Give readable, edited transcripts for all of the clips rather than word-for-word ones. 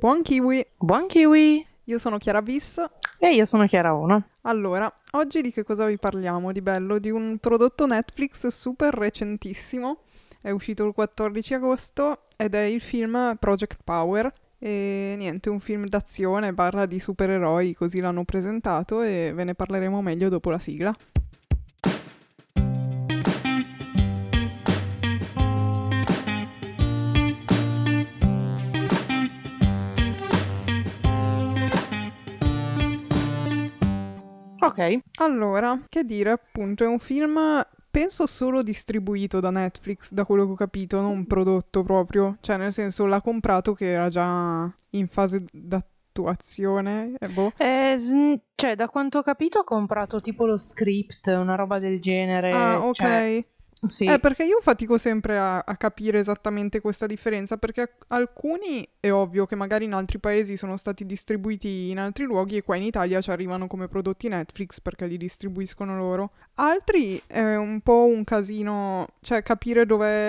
Buon kiwi! Buon kiwi! Io sono Chiara Bis. E io sono Chiara 1. Allora, oggi di che cosa vi parliamo di bello? Di un prodotto Netflix super recentissimo. È uscito il 14 agosto ed è il film Project Power. E niente, un film d'azione barra di supereroi, così l'hanno presentato e ve ne parleremo meglio dopo la sigla. Ok. Allora, che dire, appunto, è un film, penso solo distribuito da Netflix, da quello che ho capito, non prodotto proprio. Cioè, nel senso, l'ha comprato che era già in fase d'attuazione, e boh. Cioè, da quanto ho capito, ha comprato tipo lo script, una roba del Ah, genere. Cioè, ok. sì. Perché io fatico sempre a capire esattamente questa differenza, perché alcuni è ovvio che magari in altri paesi sono stati distribuiti in altri luoghi e qua in Italia ci arrivano come prodotti Netflix perché li distribuiscono loro. Altri è un po' un casino, cioè capire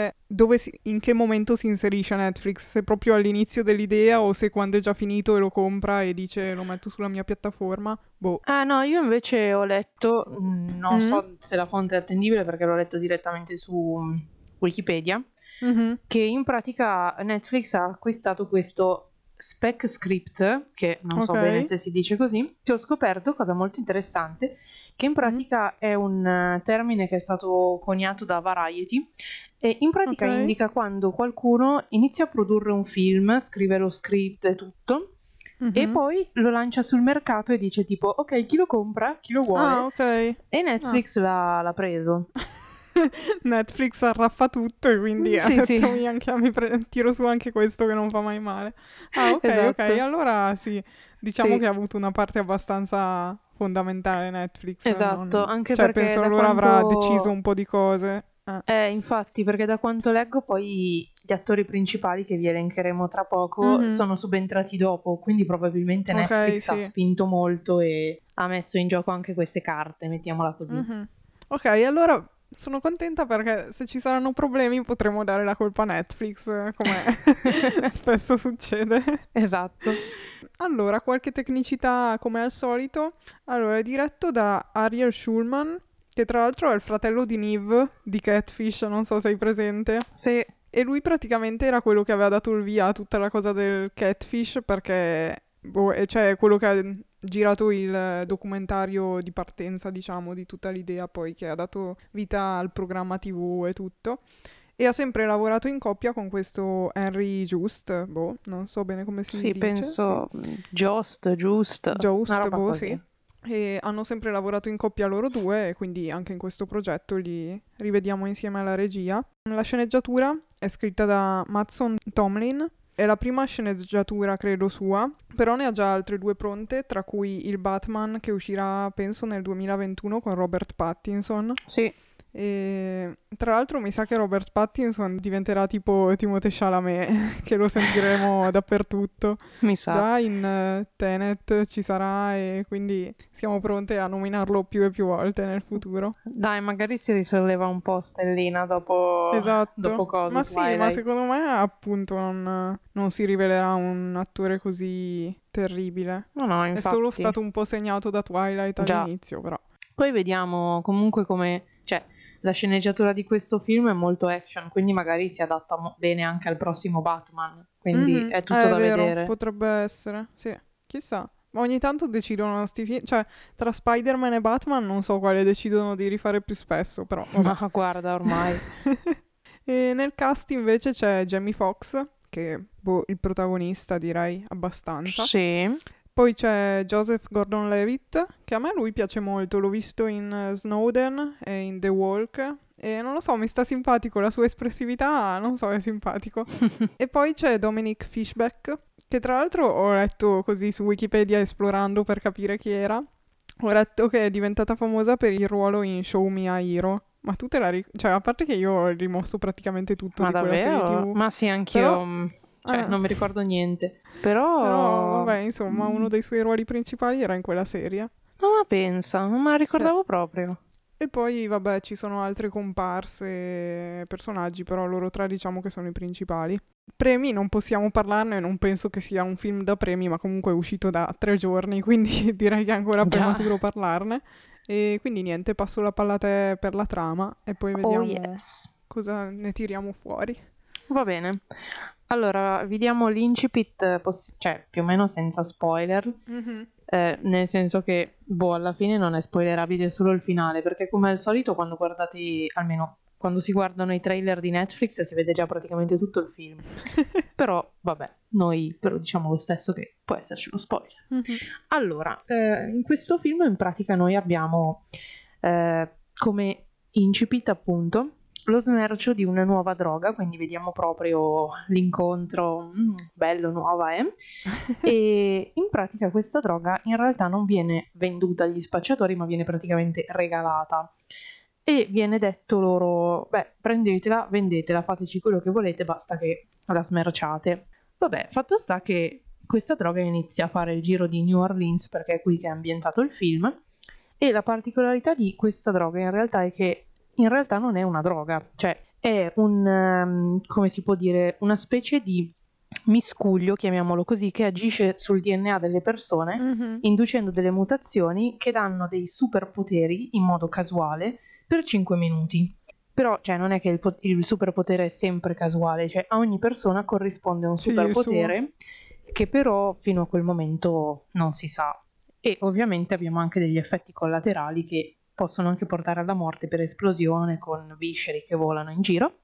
in che momento si inserisce Netflix, se proprio all'inizio dell'idea o se quando è già finito e lo compra e dice lo metto sulla mia piattaforma. Boh. Ah, no, io invece ho letto, non Mm? so se la fonte è attendibile perché l'ho letto direttamente su Wikipedia, Mhm. che in pratica Netflix ha acquistato questo spec script, che non so bene Ok. se si dice così, che ho scoperto, cosa molto interessante, che in Mm. pratica è un termine che è stato coniato da Variety e in Ok. pratica indica quando qualcuno inizia a produrre un film, scrive lo script e tutto, e Mhm. poi lo lancia sul mercato e dice tipo, ok, chi lo compra? Chi lo Ah, vuole? ok. E Ah. Netflix l'ha preso. Netflix arraffa tutto e quindi ha Sì, sì, detto anche a me tiro su anche questo che non fa mai male. Ah, ok, ok. esatto. Allora sì, diciamo Sì, che ha avuto una parte abbastanza fondamentale Netflix. esatto, anche Cioè, perché penso da allora avrà deciso quanto... un po' di cose. infatti, perché da quanto leggo poi gli attori principali che vi elencheremo tra poco Mhm. sono subentrati dopo, quindi probabilmente Ok, Netflix ha sì. spinto molto e ha messo in gioco anche queste carte, mettiamola così. Mhm. Ok, allora sono contenta perché se ci saranno problemi potremo dare la colpa a Netflix, come spesso succede. Esatto. Allora, qualche tecnicità come al solito. Allora, è diretto da Ariel Schulman, che tra l'altro è il fratello di Niv di Catfish, non so se sei presente. Sì. E lui praticamente era quello che aveva dato il via a tutta la cosa del Catfish perché, boh, cioè è quello che ha girato il documentario di partenza, diciamo, di tutta l'idea poi che ha dato vita al programma TV e tutto. E ha sempre lavorato in coppia con questo Henry Just, boh, non so bene come si Sì, dice, sì. penso Just, Just, una Joust, roba boh, così. sì. E hanno sempre lavorato in coppia loro due e quindi anche in questo progetto li rivediamo insieme alla regia. La sceneggiatura è scritta da Mattson Tomlin, è la prima sceneggiatura credo sua, però ne ha già altre due pronte, tra cui il Batman che uscirà penso nel 2021 con Robert Pattinson. Sì, E tra l'altro mi sa che Robert Pattinson diventerà tipo Timothée Chalamet, che lo sentiremo dappertutto. mi sa. Già in Tenet ci sarà e quindi siamo pronte a nominarlo più e più volte nel futuro. Dai, magari si risolleva un po' Stellina dopo Esatto. coso, Ma sì, ma Twilight. secondo me appunto non si rivelerà un attore così terribile. No, no, È solo infatti. stato un po' segnato da Twilight Già. all'inizio, però. Poi vediamo comunque come... Cioè, la sceneggiatura di questo film è molto action, quindi magari si adatta bene anche al prossimo Batman. Quindi Mhm, è tutto è da vero, vedere. potrebbe essere, sì, chissà. Ma ogni tanto decidono sti film, cioè tra Spider-Man e Batman non so quale decidono di rifare più spesso, però vabbè. Ma guarda, ormai. E nel cast invece c'è Jamie Foxx, che boh, il protagonista direi abbastanza. Sì. Poi c'è Joseph Gordon-Levitt, che a me lui piace molto, l'ho visto in Snowden e in The Walk e non lo so, mi sta simpatico, la sua espressività, non so, è simpatico. E poi c'è Dominic Fishback, che tra l'altro ho letto così su Wikipedia esplorando per capire chi era. Ho letto che è diventata famosa per il ruolo in Show Me a Hero. Ma tu te la ricordi? Cioè, a parte che io ho rimosso praticamente tutto Ma di quella serie davvero? TV, Ma sì, però... anch'io, cioè, eh, non mi ricordo niente. però, Però, vabbè, insomma, uno dei suoi ruoli principali era in quella serie. no, ma pensa, non me la Eh, ricordavo proprio. E poi, vabbè, ci sono altre comparse, personaggi, però loro tre diciamo che sono i principali. Premi non possiamo parlarne, non penso che sia un film da premi, ma comunque è uscito da 3 giorni, quindi direi che è ancora Già. prematuro parlarne. E quindi niente, passo la palla a te per la trama e poi Oh vediamo yes. cosa ne tiriamo fuori. Va bene. Allora, vediamo l'incipit, cioè più o meno senza spoiler, Mhm. nel senso che, boh, alla fine non è spoilerabile solo il finale, perché come al solito quando guardate, almeno quando si guardano i trailer di Netflix si vede già praticamente tutto il film. Però, vabbè, noi però diciamo lo stesso che può esserci lo spoiler. Mhm. Allora, in questo film in pratica noi abbiamo come incipit appunto lo smercio di una nuova droga, quindi vediamo proprio l'incontro, bello, nuova, E in pratica questa droga in realtà non viene venduta agli spacciatori, ma viene praticamente regalata. E viene detto loro, beh, prendetela, vendetela, fateci quello che volete, basta che la smerciate. Vabbè, fatto sta che questa droga inizia a fare il giro di New Orleans perché è qui che è ambientato il film. E la particolarità di questa droga in realtà è che in realtà non è una droga, cioè è come si può dire, una specie di miscuglio, chiamiamolo così, che agisce sul DNA delle persone, Mhm. inducendo delle mutazioni che danno dei superpoteri in modo casuale per 5 minuti. Però, cioè, non è che il superpotere è sempre casuale, cioè a ogni persona corrisponde un Sì, il suo. superpotere che però fino a quel momento non si sa. E ovviamente abbiamo anche degli effetti collaterali che possono anche portare alla morte per esplosione con visceri che volano in giro.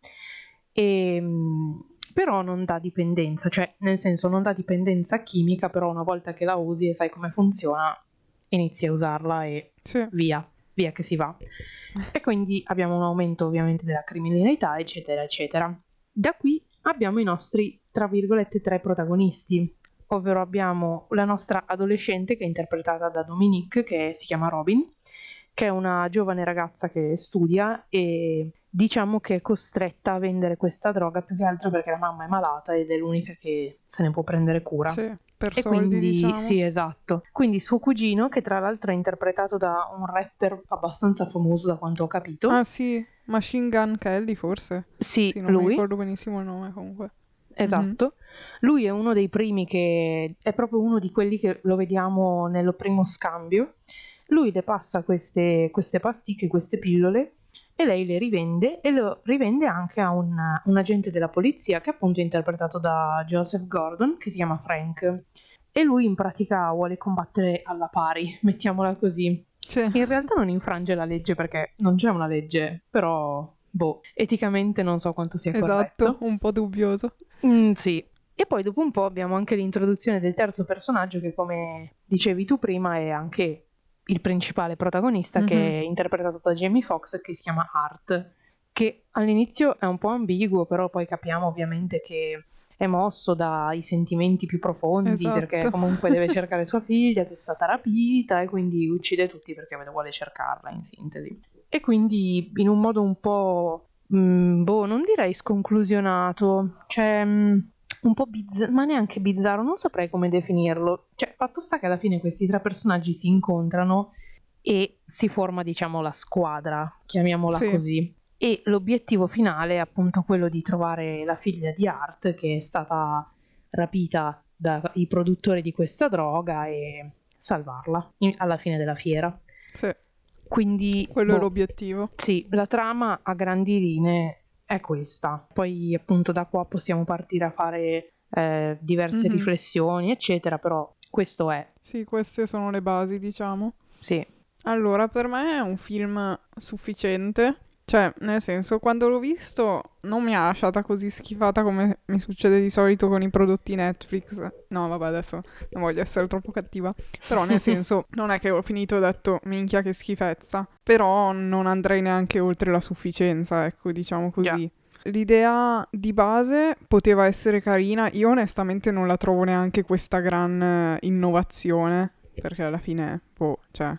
Però non dà dipendenza, cioè nel senso non dà dipendenza chimica, però una volta che la usi e sai come funziona, inizi a usarla e Sì. via, via che si va. E quindi abbiamo un aumento ovviamente della criminalità, eccetera, eccetera. Da qui abbiamo i nostri, tra virgolette, tre protagonisti, ovvero abbiamo la nostra adolescente che è interpretata da Dominique, che si chiama Robin, che è una giovane ragazza che studia e diciamo che è costretta a vendere questa droga più che altro perché la mamma è malata ed è l'unica che se ne può prendere cura. Sì, per E soldi quindi diciamo. sì, esatto. Quindi suo cugino, che tra l'altro è interpretato da un rapper abbastanza famoso da quanto ho Ah capito, sì, Machine Gun Kelly forse. sì, Sì, non mi lui, ricordo benissimo il nome comunque. Mhm. esatto. Lui è uno dei primi che è proprio uno di quelli che lo vediamo nel primo scambio. Lui le passa queste pasticche, queste pillole e lei le rivende e lo rivende anche a un agente della polizia che appunto è interpretato da Joseph Gordon, che si chiama Frank. E lui in pratica vuole combattere alla pari, mettiamola così. Sì, In realtà non infrange la legge perché non c'è una legge, però, boh, eticamente non so quanto sia esatto, corretto. un po' dubbioso. Sì. E poi dopo un po' abbiamo anche l'introduzione del terzo personaggio che, come dicevi tu prima, è anche il principale protagonista, che Mhm. è interpretato da Jamie Foxx, che si chiama Art, che all'inizio è un po' ambiguo, però poi capiamo ovviamente che è mosso dai sentimenti più profondi, perché Esatto. comunque deve cercare sua figlia che è stata rapita e quindi uccide tutti perché vuole cercarla, in sintesi. E quindi in un modo un po', boh, non direi sconclusionato, cioè un po' bizzarro, ma neanche bizzarro, non saprei come definirlo. Cioè, fatto sta che alla fine questi tre personaggi si incontrano e si forma, diciamo, la squadra, chiamiamola Sì, così. E l'obiettivo finale è appunto quello di trovare la figlia di Art che è stata rapita dai produttori di questa droga e salvarla alla fine della fiera. sì, Quindi, quello è boh, l'obiettivo. sì, la trama a grandi linee è questa. Poi, appunto, da qua possiamo partire a fare diverse Mhm. riflessioni, eccetera, però questo è, Sì, queste sono le basi, diciamo. sì. Allora, per me è un film sufficiente. Cioè, nel senso, quando l'ho visto non mi ha lasciata così schifata come mi succede di solito con i prodotti Netflix. No, vabbè, adesso non voglio essere troppo cattiva. Però, nel senso, non è che ho finito e ho detto, minchia che schifezza. Però non andrei neanche oltre la sufficienza, ecco, diciamo Già. così. L'idea di base poteva essere carina. Io onestamente non la trovo neanche questa gran innovazione. Perché alla fine, boh, cioè...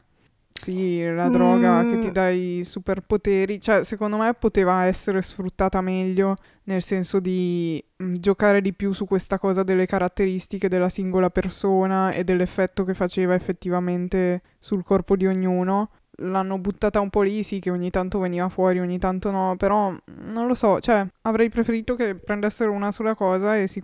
Sì, la droga che ti Mm, dà i superpoteri, cioè secondo me poteva essere sfruttata meglio, nel senso di giocare di più su questa cosa delle caratteristiche della singola persona e dell'effetto che faceva effettivamente sul corpo di ognuno. l'hanno buttata un po' lì, sì, che ogni tanto veniva fuori, ogni tanto no, però non lo so, cioè avrei preferito che prendessero una sola cosa e si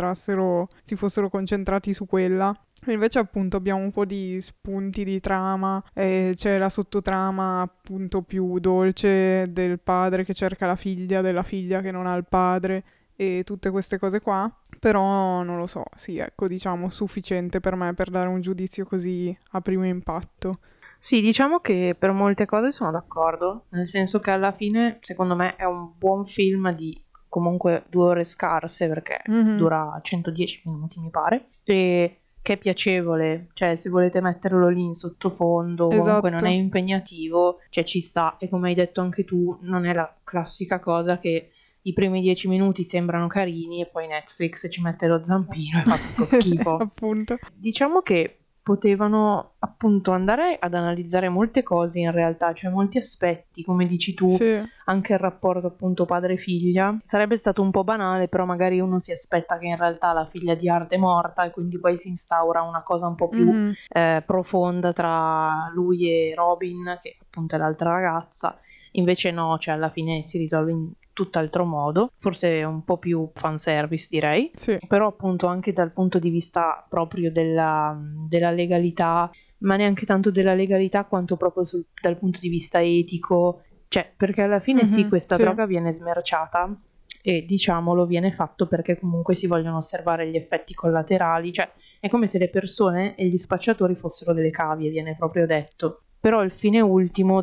fossero concentrati su quella. E invece appunto abbiamo un po' di spunti di trama, e c'è la sottotrama appunto più dolce del padre che cerca la figlia, della figlia che non ha il padre e tutte queste cose qua. Però non lo so, sì, ecco, diciamo sufficiente per me per dare un giudizio così a primo impatto. Sì, diciamo che per molte cose sono d'accordo, nel senso che alla fine, secondo me, è un buon film di comunque 2 ore scarse, perché Mhm. dura 110 minuti, mi pare, e che è piacevole, cioè se volete metterlo lì in sottofondo, comunque non è Esatto. impegnativo, cioè ci sta, e come hai detto anche tu, non è la classica cosa che i primi 10 minuti sembrano carini e poi Netflix ci mette lo zampino e fa tutto schifo. Appunto. Diciamo che potevano appunto andare ad analizzare molte cose in realtà, cioè molti aspetti, come dici tu, Sì. anche il rapporto appunto padre-figlia. Sarebbe stato un po' banale, però magari uno si aspetta che in realtà la figlia di Art è morta e quindi poi si instaura una cosa un po' più Mhm. profonda tra lui e Robin, che appunto è l'altra ragazza. Invece no, cioè alla fine si risolve in tutt'altro modo, forse un po' più fanservice direi, Sì. però appunto anche dal punto di vista proprio della legalità, ma neanche tanto della legalità quanto proprio dal punto di vista etico, cioè perché alla fine sì, Mhm. questa Sì. droga viene smerciata e diciamolo viene fatto perché comunque si vogliono osservare gli effetti collaterali, cioè è come se le persone e gli spacciatori fossero delle cavie, viene proprio detto. Però il fine ultimo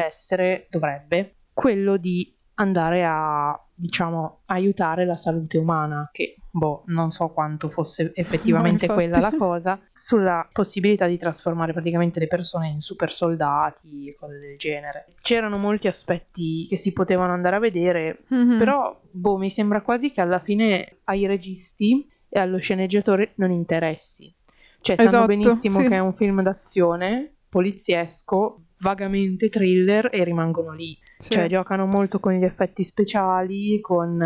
dovrebbe, quello di andare a, diciamo, aiutare la salute umana, che, boh, non so quanto fosse No, effettivamente quella infatti. la cosa, sulla possibilità di trasformare praticamente le persone in super soldati e cose del genere. C'erano molti aspetti che si potevano andare a vedere, Mhm. però, boh, mi sembra quasi che alla fine ai registi e allo sceneggiatore non interessi. Cioè, sanno Esatto, benissimo che è sì. un film d'azione, poliziesco, vagamente thriller e rimangono lì. Cioè, Sì. giocano molto con gli effetti speciali, con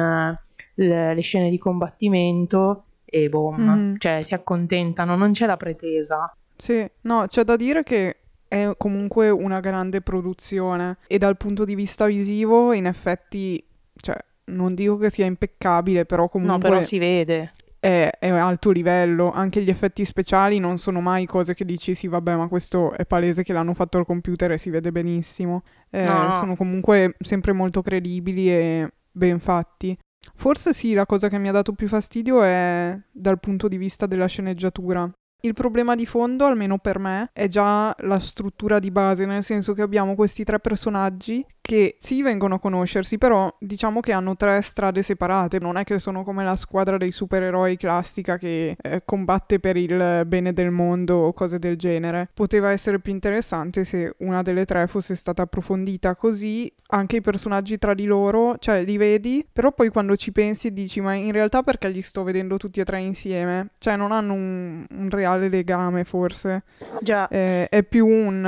le scene di combattimento e boom. Mhm. Cioè, si accontentano, non c'è la pretesa. Sì. No, c'è da dire che è comunque una grande produzione e dal punto di vista visivo, in effetti, cioè, non dico che sia impeccabile, però No, però comunque si vede. è alto livello. Anche gli effetti speciali non sono mai cose che dici sì, vabbè, ma questo è palese che l'hanno fatto al computer e si vede benissimo. No, no. Sono comunque sempre molto credibili e ben fatti. Forse sì, la cosa che mi ha dato più fastidio è dal punto di vista della sceneggiatura. Il problema di fondo, almeno per me, è già la struttura di base, nel senso che abbiamo questi tre personaggi che sì vengono a conoscersi, però diciamo che hanno tre strade separate, non è che sono come la squadra dei supereroi classica che combatte per il bene del mondo o cose del genere. Poteva essere più interessante se una delle tre fosse stata approfondita, così anche i personaggi tra di loro, cioè li vedi, però poi quando ci pensi dici ma in realtà perché li sto vedendo tutti e tre insieme? Cioè non hanno un reale legame forse. Già. È più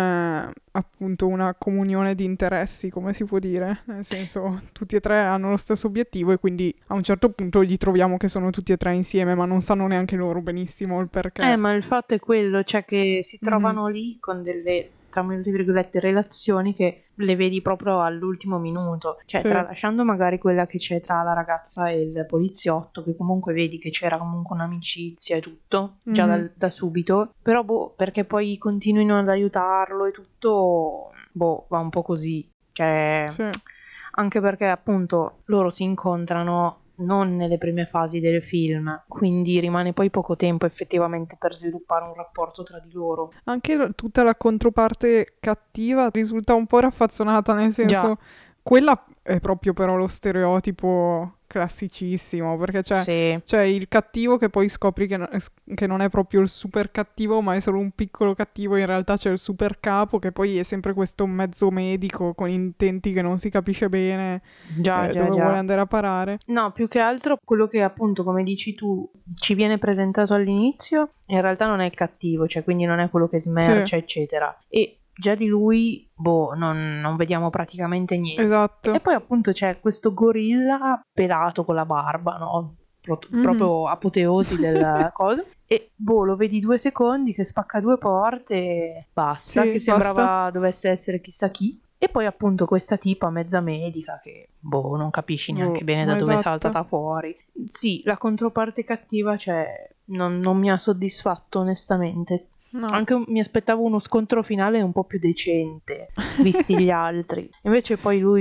appunto una comunione di interessi, come si può dire, nel senso tutti e tre hanno lo stesso obiettivo e quindi a un certo punto gli troviamo che sono tutti e tre insieme, ma non sanno neanche loro benissimo il perché. Ma il fatto è quello, cioè che si Mhm. trovano lì con delle, tra molte virgolette, relazioni che le vedi proprio all'ultimo minuto, cioè Sì. tralasciando magari quella che c'è tra la ragazza e il poliziotto, che comunque vedi che c'era comunque un'amicizia e tutto, già Mhm. da subito, però boh, perché poi continuino ad aiutarlo e tutto, boh, va un po' così, cioè Sì. anche perché appunto loro si incontrano non nelle prime fasi del film, quindi rimane poi poco tempo effettivamente per sviluppare un rapporto tra di loro. Anche tutta la controparte cattiva risulta un po' raffazzonata, nel senso, Già, quella è proprio però lo stereotipo classicissimo, perché sì, c'è il cattivo che poi scopri che non è proprio il super cattivo, ma è solo un piccolo cattivo, in realtà c'è il super capo che poi è sempre questo mezzo medico con intenti che non si capisce bene già, già, dove vuole già. andare a parare. No, più che altro quello che appunto, come dici tu, ci viene presentato all'inizio, in realtà non è il cattivo, cioè quindi non è quello che Sì, smercia, eccetera. E già di lui, boh, non vediamo praticamente niente. E esatto. poi appunto c'è questo gorilla pelato con la barba, no? Mhm. Proprio apoteosi della cosa. e lo vedi 2 secondi che spacca 2 porte e basta, Sì, che basta. sembrava dovesse essere chissà chi. E poi appunto questa tipa mezza medica che non capisci neanche bene da Ma dove è esatto. saltata fuori. Sì, la controparte cattiva, cioè, non mi ha soddisfatto onestamente. No. Anche mi aspettavo uno scontro finale un po' più decente, visti gli altri. Invece poi lui,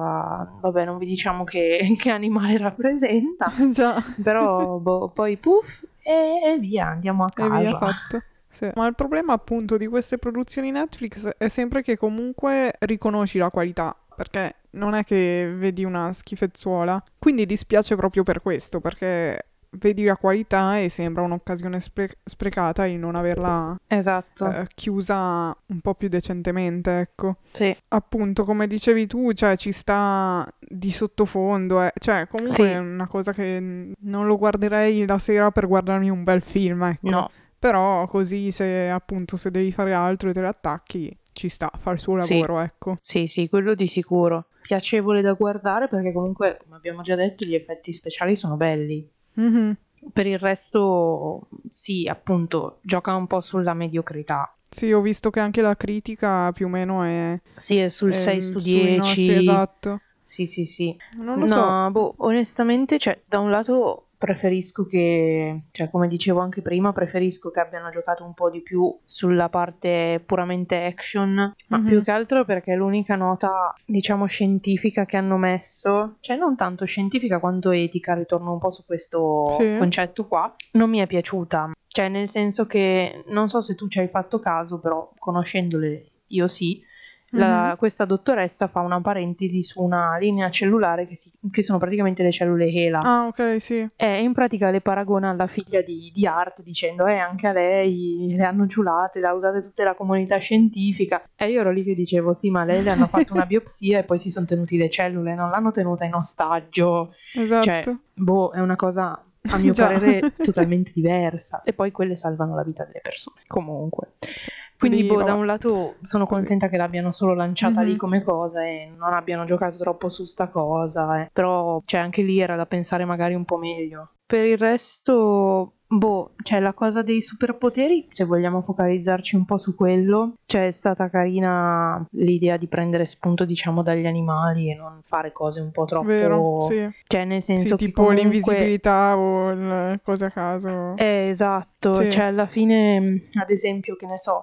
vabbè, non vi diciamo che animale rappresenta, Già. però poi puff e via, andiamo a E via casa. fatto. Sì. Ma il problema appunto di queste produzioni Netflix è sempre che comunque riconosci la qualità, perché non è che vedi una schifezzuola. Quindi dispiace proprio per questo, perché vedi la qualità e sembra un'occasione sprecata il non averla Esatto, chiusa un po' più decentemente, ecco. sì, Appunto, come dicevi tu, cioè ci sta di sottofondo, cioè comunque è sì, una cosa che non lo guarderei la sera per guardarmi un bel film, ecco. no, Però così se appunto se devi fare altro e te le attacchi, ci sta, fa il suo sì, lavoro, ecco. sì, sì, quello di sicuro. Piacevole da guardare perché comunque, come abbiamo già detto, gli effetti speciali sono belli. Mhm. Per il resto, sì, appunto, gioca un po' sulla mediocrità. Sì, ho visto che anche la critica più o meno Sì, è sul è 6 su sui nostri, 10. esatto. Sì, sì, sì. Non lo so. No, onestamente, cioè, da un lato preferisco che, cioè, come dicevo anche prima, preferisco che abbiano giocato un po' di più sulla parte puramente action, ma più Mhm. che altro perché è l'unica nota, diciamo, scientifica che hanno messo, cioè non tanto scientifica quanto etica, ritorno un po' su questo Sì. concetto qua, non mi è piaciuta. Cioè, nel senso che, non so se tu ci hai fatto caso, però conoscendole io sì, Mhm. questa dottoressa fa una parentesi su una linea cellulare che sono praticamente le cellule HeLa. Ah, ok, sì. E in pratica le paragona alla figlia di Art dicendo anche a lei le hanno giulate, le ha usate tutta la comunità scientifica. E io ero lì che dicevo sì, ma lei le hanno fatto una biopsia e poi si sono tenuti le cellule, non l'hanno tenuta in ostaggio. Cioè, Esatto. è una cosa a mio Già. parere totalmente diversa. E poi quelle salvano la vita delle persone. Comunque. Sì. Quindi, Lì, da vabbè, un lato sono così. contenta che l'abbiano solo lanciata lì Mhm. come cosa e non abbiano giocato troppo su sta cosa, eh. Però, cioè, anche lì era da pensare magari un po' meglio. Per il resto, cioè, la cosa dei superpoteri, se vogliamo focalizzarci un po' su quello, cioè, è stata carina l'idea di prendere spunto, diciamo, dagli animali e non fare cose un po' Vero, troppo... sì. Cioè, nel Sì, senso che tipo comunque l'invisibilità o le cose a caso. esatto, Sì. cioè alla fine, ad esempio, che ne so,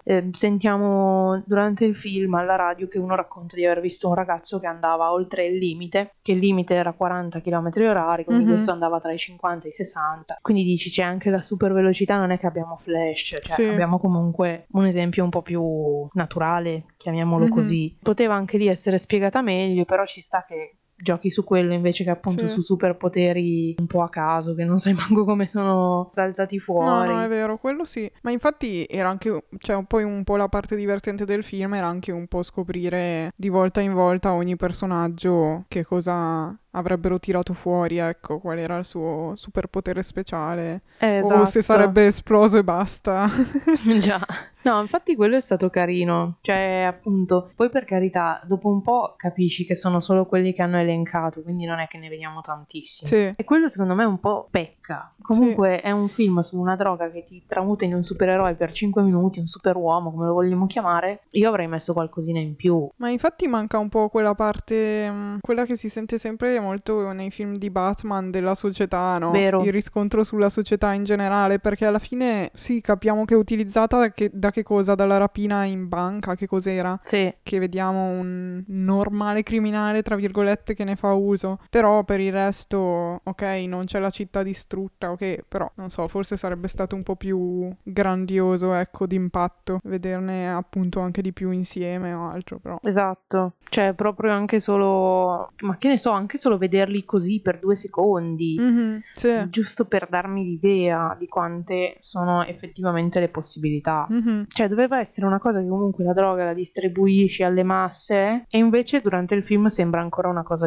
sentiamo durante il film alla radio che uno racconta di aver visto un ragazzo che andava oltre il limite, che il limite era 40 km orari, quindi questo Mhm. andava tra i 50 e i 60. Quindi dici c'è anche la super velocità, non è che abbiamo Flash, cioè Sì. abbiamo comunque un esempio un po' più naturale, chiamiamolo Mhm. così. Poteva anche lì essere spiegata meglio, però ci sta che giochi su quello invece che appunto Sì. su superpoteri un po' a caso, che non sai manco come sono saltati No, no, è fuori. vero, quello sì. Ma infatti era anche, cioè, poi un po' la parte divertente del film era anche un po' scoprire di volta in volta ogni personaggio che cosa avrebbero tirato fuori, ecco, qual era il suo superpotere speciale o se Esatto. sarebbe esploso e basta. Già, no, infatti quello è stato carino, cioè appunto, poi per carità, dopo un po' capisci che sono solo quelli che hanno elencato, quindi non è che ne vediamo tantissimi. Sì, E quello secondo me un po' pecca. sì. Comunque è un film su una droga che ti tramuta in un supereroe per 5 minuti, un superuomo, come lo vogliamo chiamare. Io avrei messo qualcosina in più. Ma infatti manca un po' quella parte, quella che si sente sempre molto nei film di Batman della società, no? Il Vero? riscontro sulla società in generale, perché alla fine sì, capiamo che è utilizzata da che cosa? Dalla rapina in banca, che cos'era? Sì, Che vediamo un normale criminale, tra virgolette, che ne fa uso. Però per il resto, ok, non c'è la città distrutta, ok, però non so, forse sarebbe stato un po' più grandioso, ecco, d'impatto, vederne appunto anche di più insieme o altro, però. esatto. Cioè proprio anche solo, ma che ne so, anche solo vederli così per 2 secondi. Mhm, sì. Giusto per darmi l'idea di quante sono effettivamente le possibilità. Mhm. Cioè, doveva essere una cosa che comunque la droga la distribuisci alle masse e invece durante il film sembra ancora una cosa di nicchia.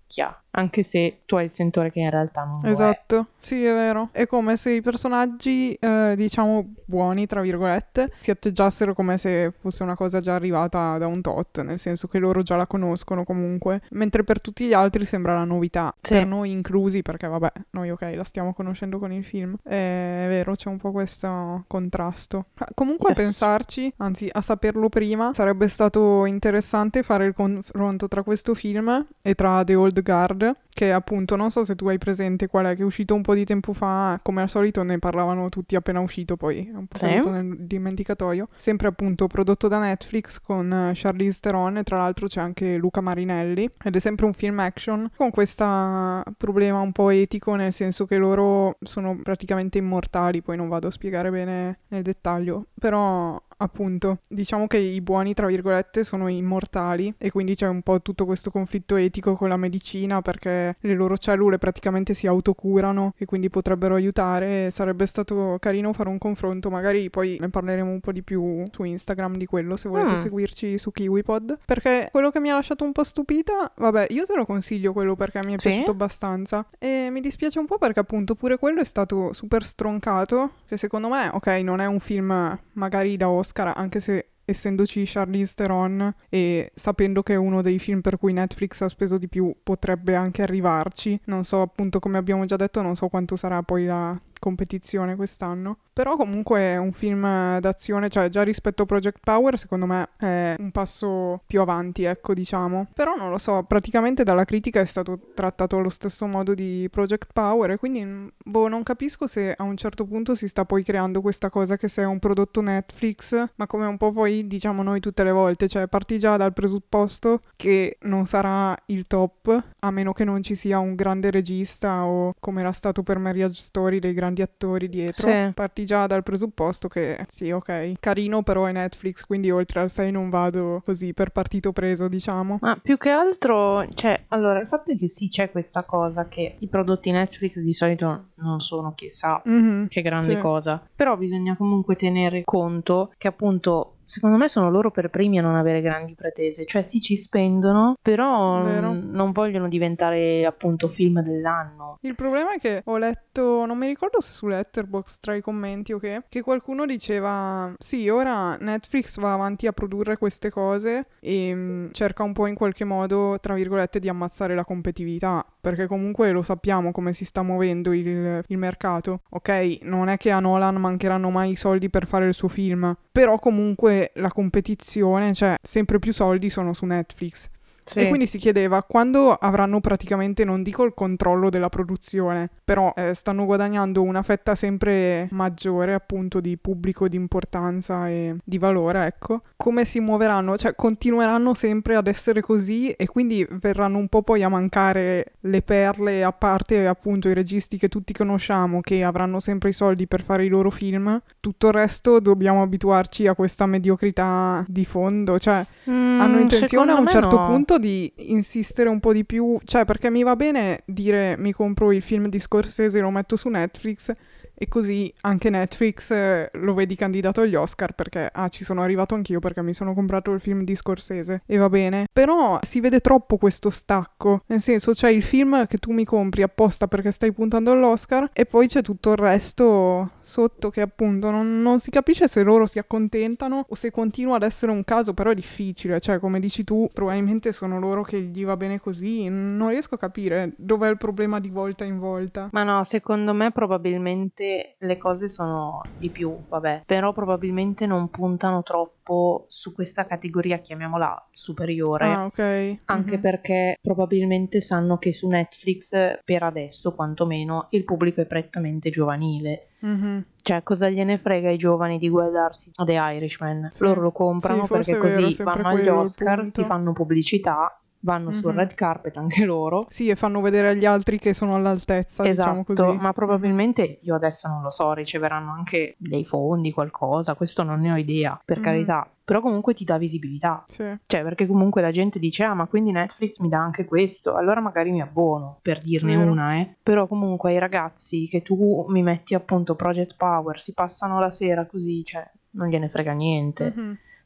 nicchia, anche se tu hai il sentore che in realtà non lo è. Esatto, sì, è vero. È come se i personaggi, diciamo, buoni, tra virgolette, si atteggiassero come se fosse una cosa già arrivata da un tot, nel senso che loro già la conoscono comunque, mentre per tutti gli altri sembra la novità, Sì. per noi inclusi, perché vabbè, noi ok, la stiamo conoscendo con il film. È vero, c'è un po' questo contrasto. Comunque a Yes. pensarci, anzi a saperlo prima, sarebbe stato interessante fare il confronto tra questo film e tra The Old Guard, che appunto non so se tu hai presente qual è, che è uscito un po' di tempo fa, come al solito ne parlavano tutti appena uscito, poi è un po' Sì. caduto nel dimenticatoio, sempre appunto prodotto da Netflix con Charlize Theron, e tra l'altro c'è anche Luca Marinelli, ed è sempre un film action con questo problema un po' etico, nel senso che loro sono praticamente immortali, poi non vado a spiegare bene nel dettaglio, però appunto, diciamo che i buoni, tra virgolette, sono immortali e quindi c'è un po' tutto questo conflitto etico con la medicina, perché le loro cellule praticamente si autocurano e quindi potrebbero aiutare. Sarebbe stato carino fare un confronto, magari poi ne parleremo un po' di più su Instagram di quello, se volete seguirci su KiwiPod, perché quello che mi ha lasciato un po' stupita, vabbè, io te lo consiglio quello perché mi è Sì? piaciuto abbastanza, e mi dispiace un po' perché appunto pure quello è stato super stroncato, che secondo me, ok, non è un film magari da Oscar, anche se essendoci Charlize Theron e sapendo che è uno dei film per cui Netflix ha speso di più, potrebbe anche arrivarci. Non so, appunto, come abbiamo già detto, non so quanto sarà poi la competizione quest'anno. Però comunque è un film d'azione, cioè già rispetto a Project Power secondo me è un passo più avanti, ecco, diciamo. Però non lo so, praticamente dalla critica è stato trattato allo stesso modo di Project Power, e quindi boh, non capisco se a un certo punto si sta poi creando questa cosa che se è un prodotto Netflix, ma come un po' poi diciamo noi tutte le volte, cioè parti già dal presupposto che non sarà il top, a meno che non ci sia un grande regista o come era stato per Marriage Story dei grandi attori dietro. Sì. Parti già dal presupposto che sì, ok, carino, però è Netflix, quindi oltre al 6 non vado così per partito preso, diciamo. Ma più che altro, cioè, allora, il fatto è che sì, c'è questa cosa che i prodotti Netflix di solito non sono chissà che grande Sì. cosa, però bisogna comunque tenere conto che appunto secondo me sono loro per primi a non avere grandi pretese, cioè sì ci spendono, però Vero. non vogliono diventare appunto film dell'anno. Il problema è che ho letto, non mi ricordo se su Letterboxd tra i commenti o che qualcuno diceva sì, ora Netflix va avanti a produrre queste cose e cerca un po' in qualche modo, tra virgolette, di ammazzare la competitività, perché comunque lo sappiamo come si sta muovendo il mercato. Ok, non è che a Nolan mancheranno mai i soldi per fare il suo film, però comunque la competizione, cioè sempre più soldi sono su Netflix. Sì. E quindi si chiedeva quando avranno praticamente, non dico il controllo della produzione, però stanno guadagnando una fetta sempre maggiore appunto di pubblico, di importanza e di valore, ecco. Come si muoveranno? Cioè continueranno sempre ad essere così e quindi verranno un po' poi a mancare le perle, a parte appunto i registi che tutti conosciamo, che avranno sempre i soldi per fare i loro film. Tutto il resto dobbiamo abituarci a questa mediocrità di fondo, cioè hanno intenzione a un certo punto di insistere un po' di più, cioè perché mi va bene dire mi compro il film di Scorsese e lo metto su Netflix e così anche Netflix lo vedi candidato agli Oscar perché ci sono arrivato anch'io perché mi sono comprato il film di Scorsese e va bene, però si vede troppo questo stacco, nel senso c'è il film che tu mi compri apposta perché stai puntando all'Oscar e poi c'è tutto il resto sotto che appunto non si capisce se loro si accontentano o se continua ad essere un caso, però è difficile, cioè come dici tu probabilmente sono loro che gli va bene così, non riesco a capire dov'è il problema di volta in volta. Ma no, secondo me probabilmente le cose sono di più, vabbè, però probabilmente non puntano troppo su questa categoria, chiamiamola superiore, Ah, ok. anche perché probabilmente sanno che su Netflix, per adesso quantomeno, il pubblico è prettamente giovanile. Mhm. Cioè, cosa gliene frega ai giovani di guardarsi The Irishman? Sì. Loro lo Sì, comprano forse perché è vero, è così sempre vanno agli quello il Oscar, si punto. fanno pubblicità, vanno sul Mhm. red carpet anche loro. Sì, e fanno vedere agli altri che sono all'altezza, diciamo Esatto, così. ma Mhm. probabilmente io adesso non lo so, riceveranno anche dei fondi, qualcosa, questo non ne ho idea, per Mhm. carità, però comunque ti dà visibilità. Sì. Cioè, perché comunque la gente dice, ah, ma quindi Netflix mi dà anche questo, allora magari mi abbono, per dirne Vero. una, Però comunque ai ragazzi che tu mi metti appunto Project Power, si passano la sera così, cioè, non gliene frega niente. Mhm.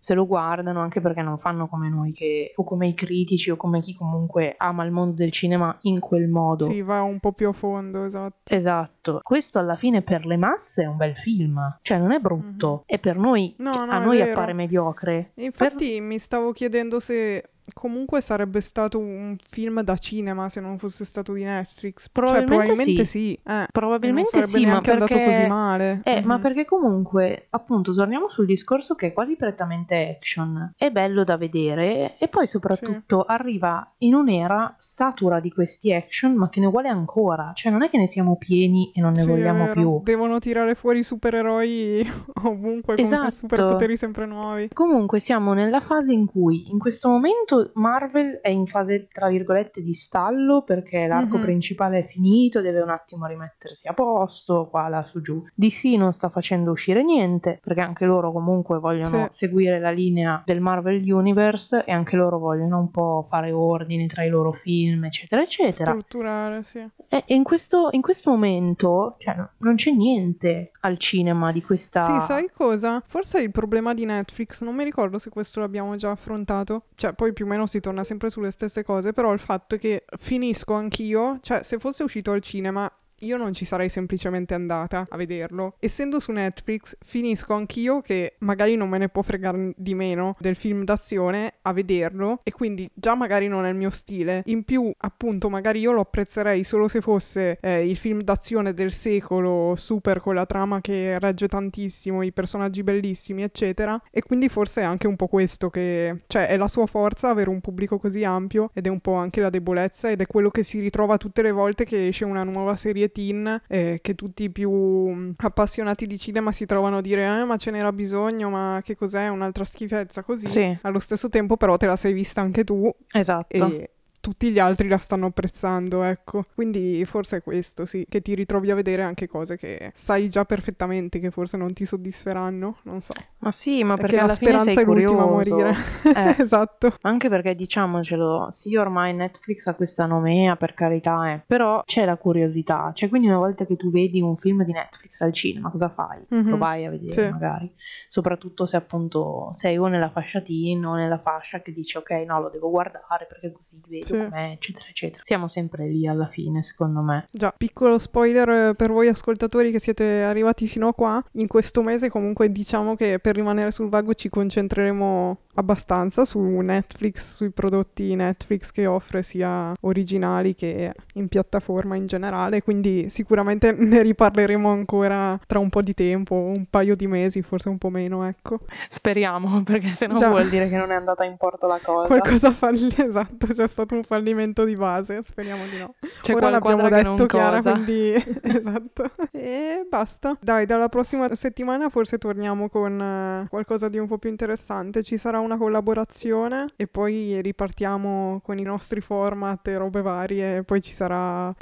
se lo guardano, anche perché non fanno come noi o come i critici o come chi comunque ama il mondo del cinema in quel modo. Sì, va un po' più a fondo, esatto. Esatto, questo alla fine per le masse è un bel film, cioè non è brutto, e per noi, No, a no, è noi vero. appare mediocre. Infatti mi stavo chiedendo se comunque sarebbe stato un film da cinema se non fosse stato di Netflix. Probabilmente sì. Probabilmente e non sarebbe sì, neanche ma andato perché... così male. Ma perché comunque, appunto, torniamo sul discorso che è quasi prettamente action. È bello da vedere e poi soprattutto arriva in un'era satura di questi action, ma che ne vuole ancora. Cioè non è che ne siamo pieni e non ne Sì, è vogliamo vero. più. Devono tirare fuori i supereroi ovunque con Esatto. superpoteri sempre nuovi. Comunque siamo nella fase in cui in questo momento Marvel è in fase tra virgolette di stallo perché l'arco principale è finito, deve un attimo rimettersi a posto, qua, là, su, giù. DC non sta facendo uscire niente perché anche loro comunque vogliono seguire la linea del Marvel Universe e anche loro vogliono un po' fare ordine tra i loro film, eccetera, eccetera. Strutturare, sì. E in questo momento, cioè, non c'è niente al cinema di questa... Sì, sai cosa? Forse è il problema di Netflix, non mi ricordo se questo l'abbiamo già affrontato, cioè poi più o meno si torna sempre sulle stesse cose, però il fatto è che finisco anch'io, cioè se fosse uscito al cinema io non ci sarei semplicemente andata a vederlo. Essendo su Netflix, finisco anch'io, che magari non me ne può fregare di meno del film d'azione, a vederlo, e quindi già magari non è il mio stile. In più, appunto, magari io lo apprezzerei solo se fosse il film d'azione del secolo, super con la trama che regge tantissimo, i personaggi bellissimi, eccetera. E quindi forse è anche un po' questo che... cioè è la sua forza avere un pubblico così ampio, ed è un po' anche la debolezza, ed è quello che si ritrova tutte le volte che esce una nuova serie teen, che tutti i più appassionati di cinema si trovano a dire ma ce n'era bisogno, ma che cos'è, un'altra schifezza così. Sì. Allo stesso tempo però te la sei vista anche tu. Esatto. E tutti gli altri la stanno apprezzando, ecco. Quindi forse è questo, sì, che ti ritrovi a vedere anche cose che sai già perfettamente che forse non ti soddisferanno, non so. Ma sì, ma È perché che la alla fine speranza sei è l'ultima a curioso. morire. Esatto. Anche perché diciamocelo, sì, ormai Netflix ha questa nomea, per carità, però c'è la curiosità. Cioè, quindi una volta che tu vedi un film di Netflix al cinema, cosa fai? Lo vai a vedere, magari. Soprattutto se appunto sei o nella fascia teen o nella fascia che dici ok, no, lo devo guardare perché così vedo com'è, eccetera, eccetera. Siamo sempre lì alla fine, secondo me. Già, piccolo spoiler per voi ascoltatori che siete arrivati fino a qua. In questo mese comunque diciamo che per rimanere sul vago ci concentreremo abbastanza su Netflix, sui prodotti Netflix che offre sia originali che in piattaforma in generale, quindi sicuramente ne riparleremo ancora tra un po' di tempo, un paio di mesi, forse un po' meno, ecco. Speriamo, perché sennò vuol dire che non è andata in porto la cosa. Qualcosa esatto, c'è stato un fallimento di base, speriamo di no. C'è ora l'abbiamo detto, Chiara, cosa. quindi esatto. E basta. Dai, dalla prossima settimana forse torniamo con qualcosa di un po' più interessante. Ci sarà una collaborazione e poi ripartiamo con i nostri format e robe varie. E poi ci sarà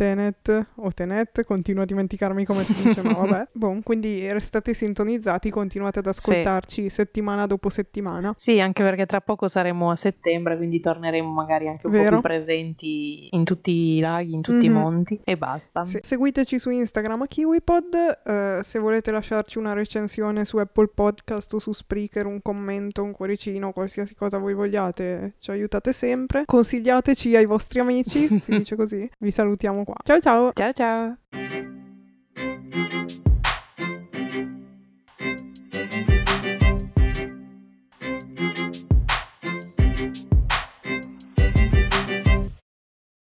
Tenet, continuo a dimenticarmi come si dice, ma vabbè. Quindi restate sintonizzati, continuate ad ascoltarci settimana dopo settimana. Sì, anche perché tra poco saremo a settembre, quindi torneremo magari anche un po' più presenti in tutti i laghi, in tutti i monti, e basta. Sì. Seguiteci su Instagram a KiwiPod, se volete lasciarci una recensione su Apple Podcast o su Spreaker, un commento, un cuoricino, qualsiasi cosa voi vogliate, ci aiutate sempre. Consigliateci ai vostri amici, si dice così. Vi salutiamo qua. Ciao ciao! Ciao ciao!